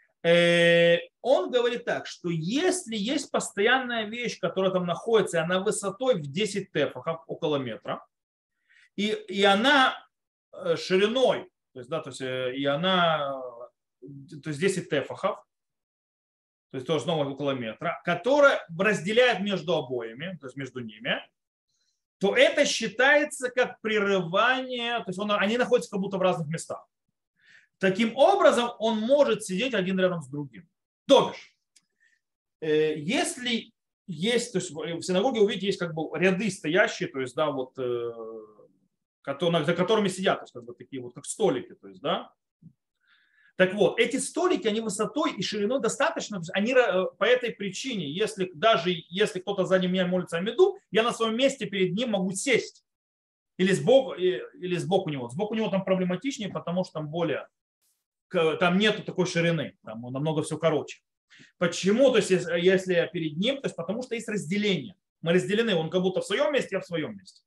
Он говорит так, что если есть постоянная вещь, которая там находится, и она высотой в десять тефахов, около метра, и, и она шириной, то есть, да, то есть, и она, то есть десять тефахов, то есть тоже снова около метра, которая разделяет между обоими, то есть между ними, то это считается как прерывание, то есть он, они находятся как будто в разных местах. Таким образом, он может сидеть один рядом с другим. То бишь, если есть, то есть в синагоге, увидите, есть как бы ряды стоящие, то есть, да, вот, которые, за которыми сидят, то есть, как бы такие вот, как столики, то есть, да. Так вот, эти столики, они высотой и шириной достаточно, они по этой причине, если даже если кто-то сзади меня молится Амиду, я на своем месте перед ним могу сесть. Или сбоку, или сбоку него. Сбоку него там проблематичнее, потому что там более, там нету такой ширины, там намного все короче. Почему? То есть, если я перед ним, то есть потому что есть разделение. Мы разделены, он как будто в своем месте, я в своем месте.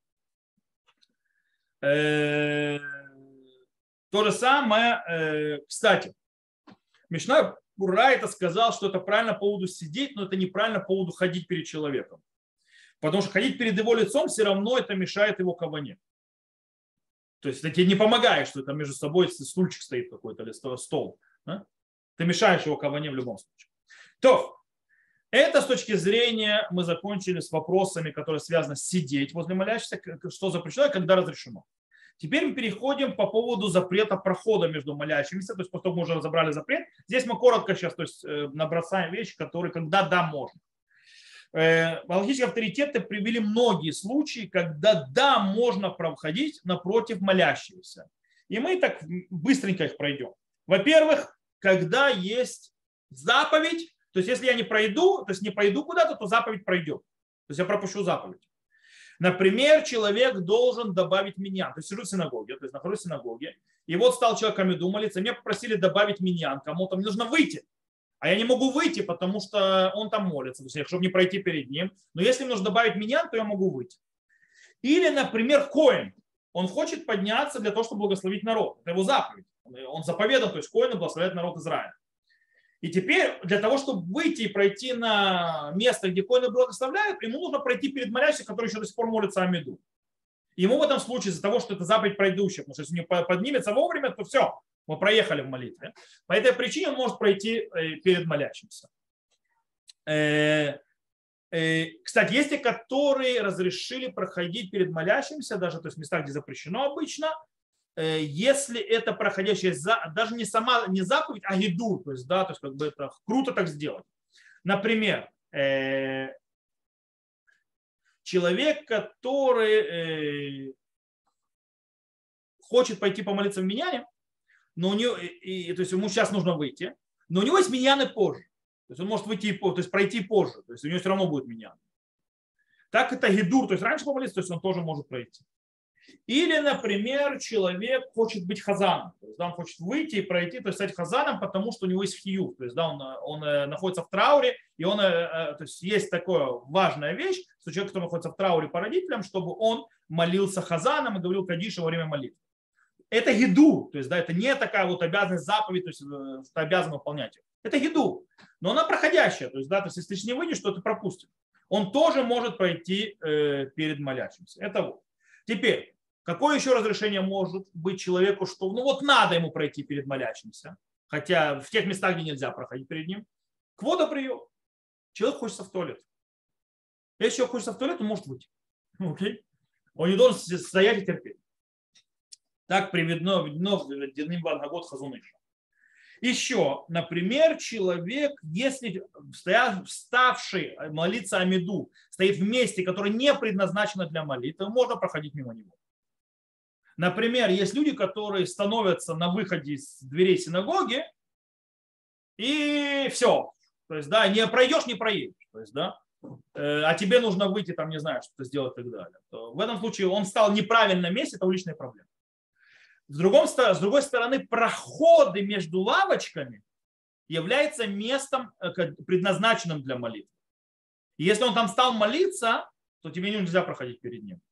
То же самое, кстати, Мишна Бура это сказал, что это правильно по поводу сидеть, но это неправильно по поводу ходить перед человеком. Потому что ходить перед его лицом все равно это мешает его каване. То есть это тебе не помогает, что это между собой стульчик стоит какой-то или стол. Да? Ты мешаешь его каване в любом случае. То, это с точки зрения мы закончили с вопросами, которые связаны с сидеть возле молящихся, что запрещено и когда разрешено. Теперь мы переходим по поводу запрета прохода между молящимися. То есть, после того, как мы уже разобрали запрет, здесь мы коротко сейчас то есть, набросаем вещи, которые когда да, можно. Галахические авторитеты привели многие случаи, когда да, можно проходить напротив молящегося. И мы так быстренько их пройдем. Во-первых, когда есть заповедь, то есть если я не пройду, то есть не пойду куда-то, то заповедь пройдет. То есть я пропущу заповедь. Например, человек должен добавить миньян. То есть сижу в синагоге, то есть нахожусь в синагоге, и вот стал человек Амиду молиться, мне попросили добавить миньян, кому-то мне нужно выйти. А я не могу выйти, потому что он там молится, то есть, чтобы не пройти перед ним. Но если мне нужно добавить миньян, то я могу выйти. Или, например, коэн. Он хочет подняться для того, чтобы благословить народ. Это его заповедь. Он заповедан, то есть коэн благословляет народ Израиля. И теперь для того, чтобы выйти и пройти на место, где коины благословляют, ему нужно пройти перед молящим, который еще до сих пор молится Амиду. Ему в этом случае из-за того, что это заповедь пройдущая, потому что если не поднимется вовремя, то все, мы проехали в молитве. По этой причине он может пройти перед молящимся. Кстати, есть те, которые разрешили проходить перед молящимся, даже то есть в местах, где запрещено обычно, если это проходящая, даже не сама не заповедь, а гидур, то есть, да, то есть как бы это круто так сделать. Например, человек, который хочет пойти помолиться в миньяне, но у него, и, то есть ему сейчас нужно выйти, но у него есть миньяны позже. То есть он может выйти, то есть пройти позже, то есть у него все равно будет миньян. Так это гидур, то есть раньше помолиться, то есть он тоже может пройти. Или, например, человек хочет быть хазаном, то есть да, он хочет выйти и пройти, то есть стать хазаном, потому что у него есть хию, то есть да, он, он находится в трауре, и он, то есть есть такая важная вещь, что человек, который находится в трауре по родителям, чтобы он молился хазаном и говорил кадиша во время молитвы. Это гиду, то есть да, это не такая вот обязанность заповедь, то есть ты обязан выполнять ее. Это еду. Но она проходящая. То есть, да, то есть если ты не выйдешь, то ты пропустишь. Он тоже может пройти э, перед молящимся. Это вот. Теперь, какое еще разрешение может быть человеку, что ну вот надо ему пройти перед молящимся, хотя в тех местах, где нельзя проходить перед ним. Квода прием. Человек хочется в туалет. Если человек хочется в туалет, он может выйти. Okay? Он не должен стоять и терпеть. Так приведено в Диним Вангагот Хазуныша. Еще, например, человек, если вставший молиться Амиду стоит в месте, которое не предназначено для молитвы, можно проходить мимо него. Например, есть люди, которые становятся на выходе из дверей синагоги, и все. То есть, да, не пройдешь, не проедешь. То есть, да, а тебе нужно выйти, там, не знаю, что-то сделать и так далее. То в этом случае он стал в неправильном месте, это уличная проблема. С, другом, с другой стороны, проходы между лавочками являются местом, предназначенным для молитвы. И если он там стал молиться, то тебе нельзя проходить перед ним.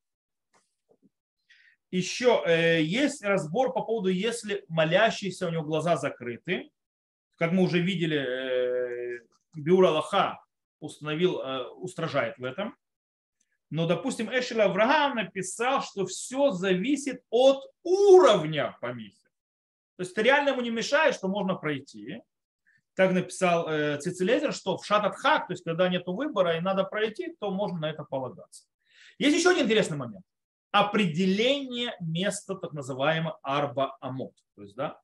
Еще э, есть разбор по поводу, если молящийся, у него глаза закрыты. Как мы уже видели, э, Биур Аллаха установил, э, устражает в этом. Но, допустим, Эшель Авраам написал, что все зависит от уровня помехи. То есть это реально ему не мешает, что можно пройти. Так написал э, Цицелезер, что в Шататхак, то есть когда нет выбора и надо пройти, то можно на это полагаться. Есть еще один интересный момент. Определение места так называемого Арба Амот. То есть, да,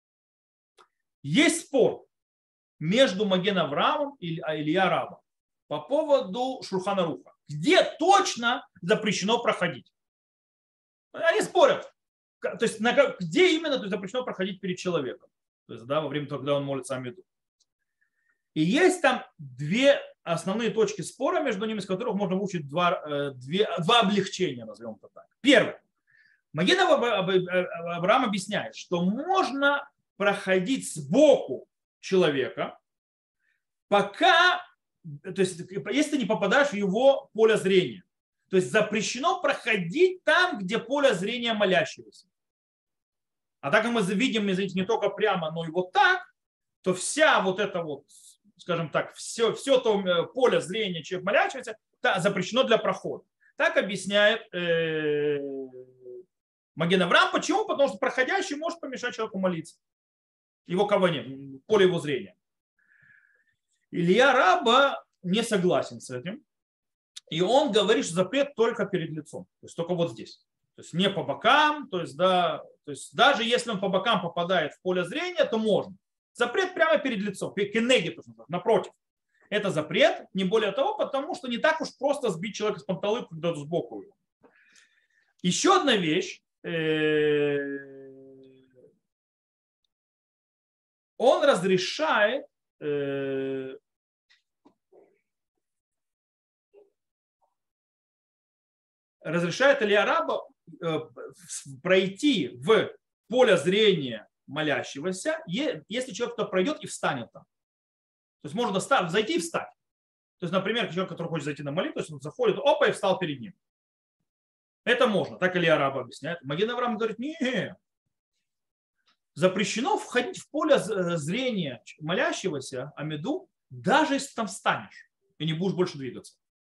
есть спор между Маген Авраамом и Илья Раба по поводу Шулхан Аруха. Где точно запрещено проходить? Они спорят. То есть, на, где именно то есть, запрещено проходить перед человеком? То есть, да, во время того, когда он молится Амиду. И есть там две основные точки спора, между ними, из которых можно выучить два, две, два облегчения, назовем это так. Первое. Маген Авраам объясняет, что можно проходить сбоку человека, пока, то есть, если ты не попадаешь в его поле зрения. То есть запрещено проходить там, где поле зрения молящегося. А так как мы видим, извините, не только прямо, но и вот так, то вся вот эта вот, скажем так, все, все то поле зрения человека молящегося да, запрещено для прохода. Так объясняет э, Маген Авраам. Почему? Потому что проходящий может помешать человеку молиться. Его каване, поле его зрения. Илья Раба не согласен с этим. И он говорит, что запрет только перед лицом. То есть только вот здесь. То есть не по бокам. То есть, да, то есть даже если он по бокам попадает в поле зрения, то можно. Запрет прямо перед лицом. Кенеги, напротив. Это запрет, не более того, потому что не так уж просто сбить человека с панталыку, когда сбоку его. Еще одна вещь. Он разрешает разрешает Илья Раба пройти в поле зрения молящегося, если человек кто пройдет и встанет там. То есть можно зайти и встать. То есть, например, человек, который хочет зайти на молитву, то есть он заходит, опа, и встал перед ним. Это можно. Так Илья Раба объясняет. Маген Авраам говорит, нет. Запрещено входить в поле зрения молящегося Амиду, даже если там встанешь и не будешь больше двигаться.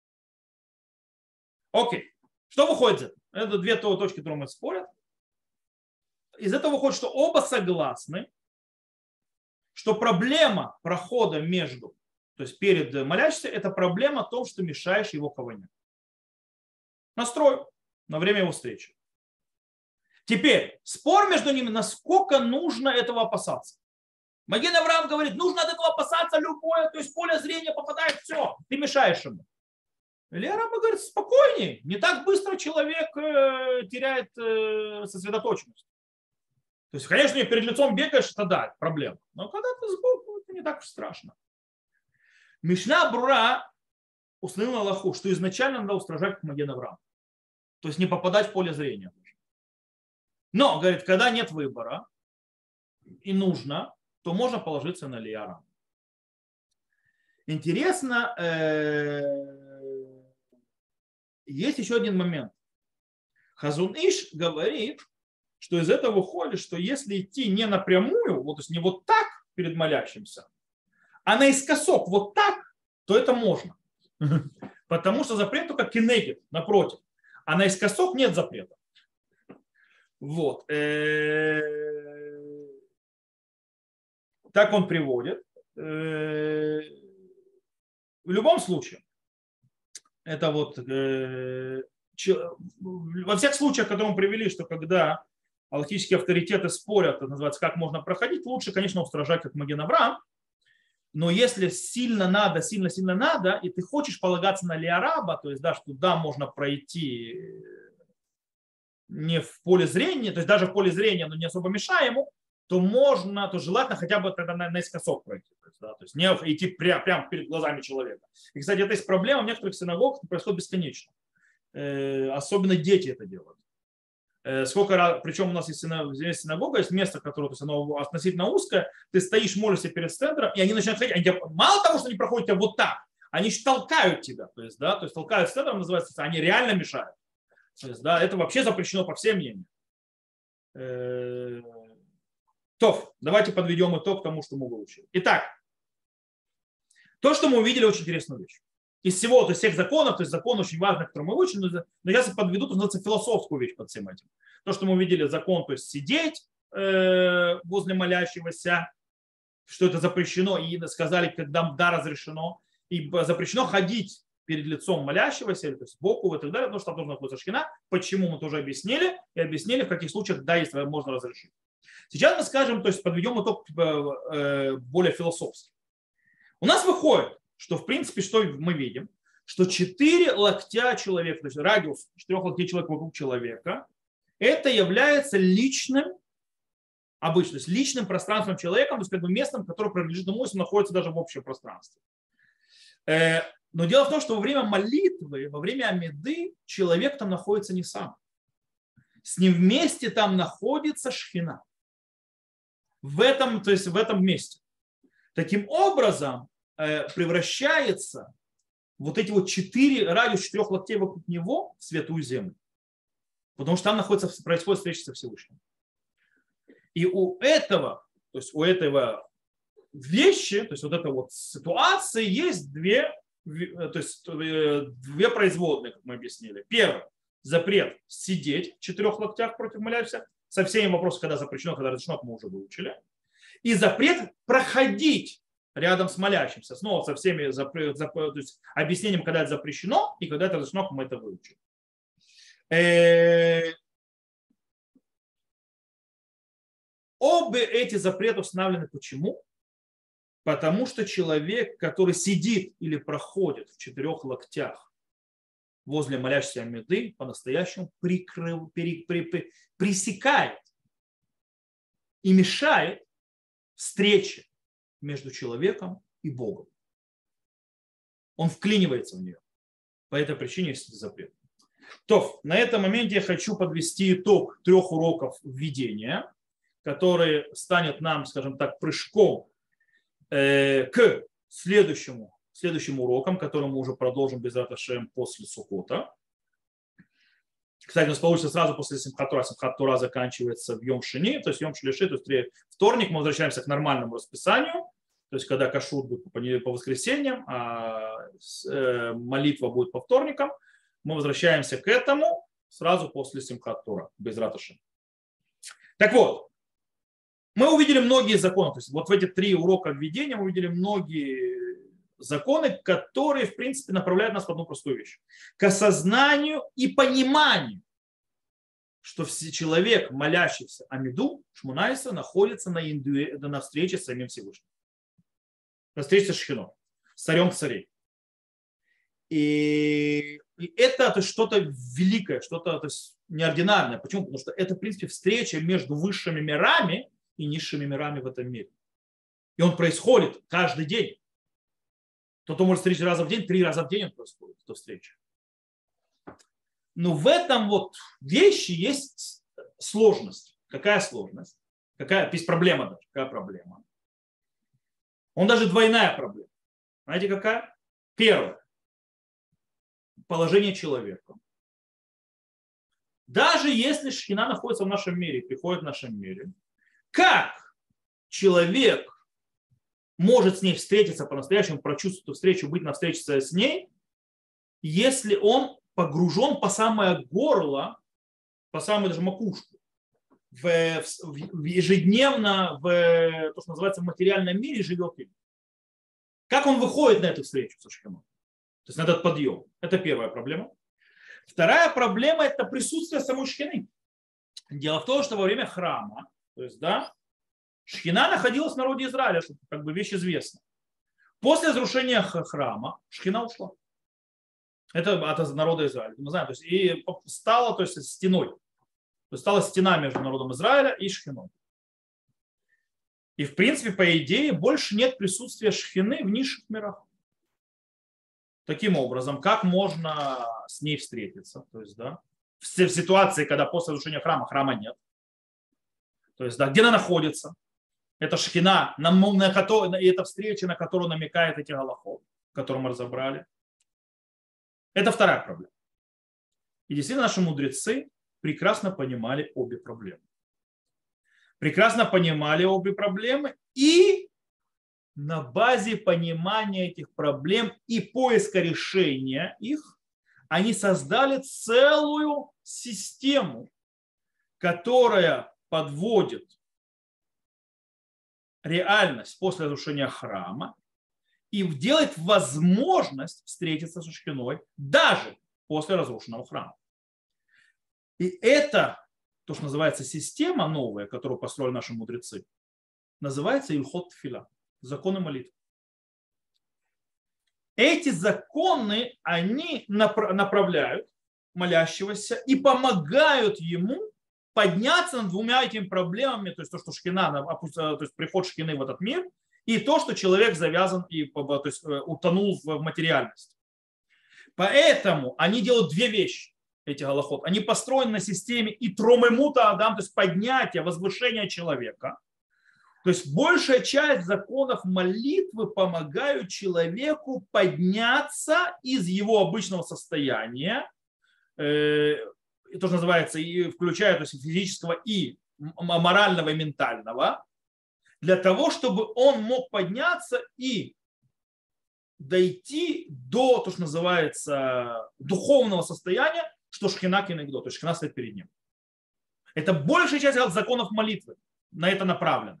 Окей. Что выходит? Это две точки, которые мы спорят. Из этого выходит, что оба согласны, что проблема прохода между, то есть перед молящимся, это проблема в том, что мешаешь его каване. Настрой на время его встречи. Теперь спор между ними, насколько нужно этого опасаться. Маген Авраам говорит, нужно от этого опасаться любое, то есть поле зрения попадает, все, ты мешаешь ему. Илья Раба говорит, спокойнее, не так быстро человек теряет сосредоточенность. То есть, конечно, перед лицом бегаешь, это да, проблема. Но когда ты сбоку, это не так уж страшно. Мишна Брура установила Аллаху, что изначально надо устражать как Маген Авраам. То есть не попадать в поле зрения. Но, говорит, когда нет выбора и нужно, то можно положиться на Илья Раба. Интересно, есть еще один момент. Хазун Иш говорит, что из этого выходит, что если идти не напрямую, вот, то есть не вот так перед молящимся, А наискосок вот так, то это можно. Потому что запрет только кенегет, напротив. А наискосок нет запрета. Вот. Так он приводит. В любом случае, это вот во всех случаях, которые мы привели, что когда аллахические авторитеты спорят, это называется, как можно проходить, лучше, конечно, устражать, как Маген Авраам. Но если сильно надо, сильно-сильно надо, и ты хочешь полагаться на лиараба, то есть, да, что да, можно пройти не в поле зрения, то есть даже в поле зрения, но не особо мешая ему, то можно, то желательно хотя бы тогда наискосок пройти. То есть, да, то есть не идти прямо, прямо перед глазами человека. И, кстати, это есть проблема в некоторых синагогах, это происходит бесконечно. Э, особенно дети это делают. Э, сколько раз, причем у нас есть синагога, есть место, которое, то есть оно относительно узкое, ты стоишь, молишься перед стендером, и они начинают ходить. Они тебя, мало того, что они проходят тебя вот так, они еще толкают тебя. То есть, да, то есть толкают стендером, называется, они реально мешают. То есть, да, это вообще запрещено по всем мнениям. Э, То, давайте подведем итог тому, что мы выучили. Итак, то, что мы увидели, очень интересную вещь. Из всего, то есть всех законов, то есть закон очень важный, который мы выучили, но я подведу, то называется философскую вещь под всем этим. То, что мы увидели, закон, то есть сидеть э, возле молящегося, что это запрещено, и сказали, когда да, разрешено, и запрещено ходить перед лицом молящегося, то есть сбоку и так далее, потому что там должна находиться шхина. Почему мы тоже объяснили, и объяснили, в каких случаях, да, если можно разрешить. Сейчас мы скажем, то есть подведем итог более философский. У нас выходит, что в принципе, что мы видим, что четыре локтя человека, то есть радиус четырех локтей человека вокруг человека, это является личным, обычно, то есть личным пространством человека, то есть как бы местом, которое принадлежит ему, если находится даже в общем пространстве. Но дело в том, что во время молитвы, во время амиды человек там находится не сам. С ним вместе там находится шхина. В этом, то есть в этом месте. Таким образом превращается вот эти вот четыре, радиус четырех локтей вокруг него в святую землю. Потому что там находится, происходит встреча со Всевышним. И у этого, то есть у этого вещи, то есть вот этой вот ситуации есть две, то есть две производные, как мы объяснили. Первое. Запрет сидеть в четырех локтях против молящихся. Со всеми вопросами, когда запрещено, когда разрешено, мы уже выучили. И запрет проходить рядом с молящимся. Снова со всеми запрет, запрет, то есть объяснением, когда это запрещено и когда это разрешено, мы это выучим. Обе эти запреты установлены почему? Потому что человек, который сидит или проходит в четырех локтях возле молящейся амиды, по-настоящему прикрыв, при, при, при, пресекает и мешает встрече между человеком и Богом. Он вклинивается в нее. По этой причине есть запрет. То, на этом моменте я хочу подвести итог трех уроков введения, который станет нам, скажем так, прыжком э, к следующему, следующим урокам, который мы уже продолжим без Раташем после Суккота. Кстати, у нас получится сразу после Симхат Тора. Симхат Тора заканчивается в Йом Шини, то есть Йом Шлиши, то есть вторник, мы возвращаемся к нормальному расписанию, то есть когда кашрут будет по воскресеньям, а молитва будет по вторникам, мы возвращаемся к этому сразу после Симхат Тора, без Раташем. Так вот, мы увидели многие законы, то есть вот в эти три урока введения мы увидели многие законы, которые, в принципе, направляют нас в одну простую вещь. К осознанию и пониманию, что человек, молящийся Амиду, Шмунайса, находится на, индуэ, на встрече с самим Всевышним. На встрече с Шхином, с царем царей. И, и это то есть, что-то великое, что-то то есть, неординарное. Почему? Потому что это, в принципе, встреча между высшими мирами и низшими мирами в этом мире. И он происходит каждый день. Кто-то может встретить раза в день, три раза в день он происходит, эта встреча. Но в этом вот вещи есть сложность. Какая сложность? Какая, есть проблема даже. Какая проблема? Он даже двойная проблема. Знаете, какая? Первое. Положение человека. Даже если шхина находится в нашем мире, приходит в нашем мире, как человек может с ней встретиться по-настоящему, прочувствовать эту встречу, быть на встрече с ней, если он погружен по самое горло, по самую даже макушку, в, в, в ежедневно в то, что называется в материальном мире живет им. Как он выходит на эту встречу со Шхиной? То есть на этот подъем. Это первая проблема. Вторая проблема – это присутствие самой Шхины. Дело в том, что во время храма, то есть, да, Шхина находилась в народе Израиля, что как бы вещь известна. После разрушения храма Шхина ушла. Это от народа Израиля. Мы знаем, то есть, и стала, то есть, стеной. То есть стала стена между народом Израиля и Шхиной. И в принципе, по идее, больше нет присутствия Шхины в низших мирах. Таким образом, как можно с ней встретиться? То есть, да, в ситуации, когда после разрушения храма храма нет. То есть, да, где она находится? Это Шхина, на, на, на, и это встреча, на которую намекает эти галахот, которую мы разобрали. Это вторая проблема. И действительно, наши мудрецы прекрасно понимали обе проблемы. Прекрасно понимали обе проблемы и на базе понимания этих проблем и поиска решения их, они создали целую систему, которая подводит реальность после разрушения храма и делает возможность встретиться со Шхиной даже после разрушенного храма. И это, то, что называется система новая, которую построили наши мудрецы, называется Ильхот Тфиля, законы молитвы. Эти законы, они направляют молящегося и помогают ему подняться над двумя этими проблемами, то есть то, что Шхина, то есть приход Шхины в этот мир, и то, что человек завязан и то есть, утонул в материальность. Поэтому они делают две вещи, эти галахот. Они построены на системе и тромемута адам, то есть поднятия, возвышения человека. То есть большая часть законов молитвы помогают человеку подняться из его обычного состояния, э, то, что называется, и включая то есть, физического и морального и ментального, для того, чтобы он мог подняться и дойти до, то, что называется, духовного состояния, что Шхина кинегдо, то есть Шхина стоит перед ним. Это большая часть законов молитвы, на это направлена.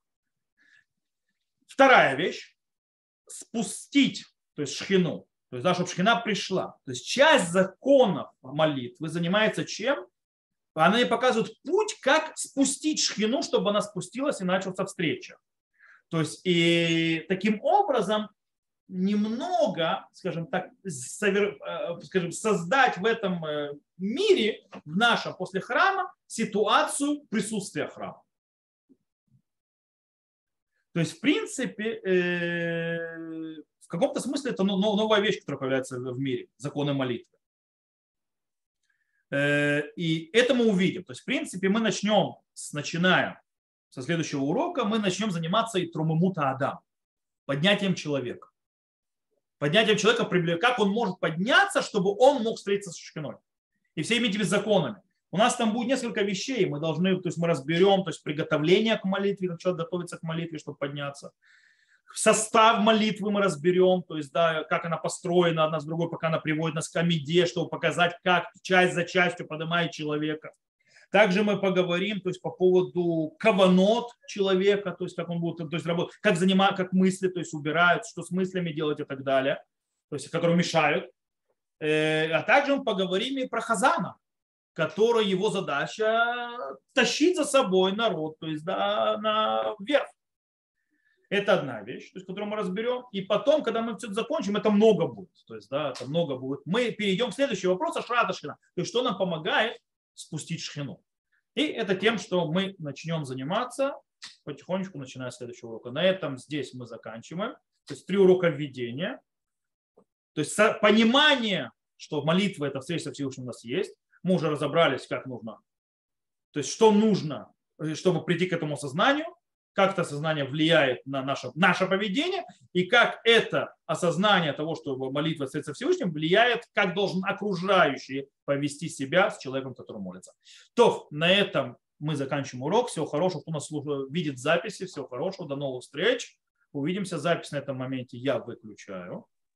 Вторая вещь – спустить, то есть Шхину, то есть, да, чтобы Шхина пришла. То есть часть законов молитвы занимается чем? Она ей показывает путь, как спустить Шхину, чтобы она спустилась и началась встреча. То есть и таким образом немного, скажем так, скажем, создать в этом мире, в нашем после храма, ситуацию присутствия храма. То есть, в принципе, в каком-то смысле это новая вещь, которая появляется в мире, законы молитвы. И это мы увидим. То есть, в принципе, мы начнем, начиная со следующего урока, мы начнем заниматься и трумемута адам, поднятием человека. Поднятием человека, как он может подняться, чтобы он мог встретиться с Шхиной. И всеми этими законами. У нас там будет несколько вещей, мы должны, то есть мы разберем, то есть приготовление к молитве, как человек готовится к молитве, чтобы подняться. Состав молитвы мы разберем, то есть да, как она построена одна с другой, пока она приводит нас к амиде, чтобы показать, как часть за частью поднимает человека. Также мы поговорим, то есть по поводу каванот человека, то есть как он будет, то есть работать, как занимать, как мысли, то есть убирают, что с мыслями делать и так далее, то есть которые мешают. А также мы поговорим и про хазана, которая его задача тащить за собой народ, то есть да, наверх. Это одна вещь, то есть, которую мы разберем. И потом, когда мы все это закончим, это много будет. То есть, да, это много будет. Мы перейдем к следующему вопросу Шрата Шхина. То есть, что нам помогает спустить Шхину. И это тем, что мы начнем заниматься потихонечку, начиная с следующего урока. На этом здесь мы заканчиваем. То есть, три урока введения. То есть, понимание, что молитва – это встреча со Всевышним у нас есть. Мы уже разобрались, как нужно. То есть, что нужно, чтобы прийти к этому осознанию. Как это осознание влияет на наше, наше поведение, и как это осознание того, что молитва встретится Всевышним, влияет, как должен окружающий повести себя с человеком, который молится. То, на этом мы заканчиваем урок. Всего хорошего, кто нас видит записи. Всего хорошего, до новых встреч. Увидимся, запись на этом моменте я выключаю.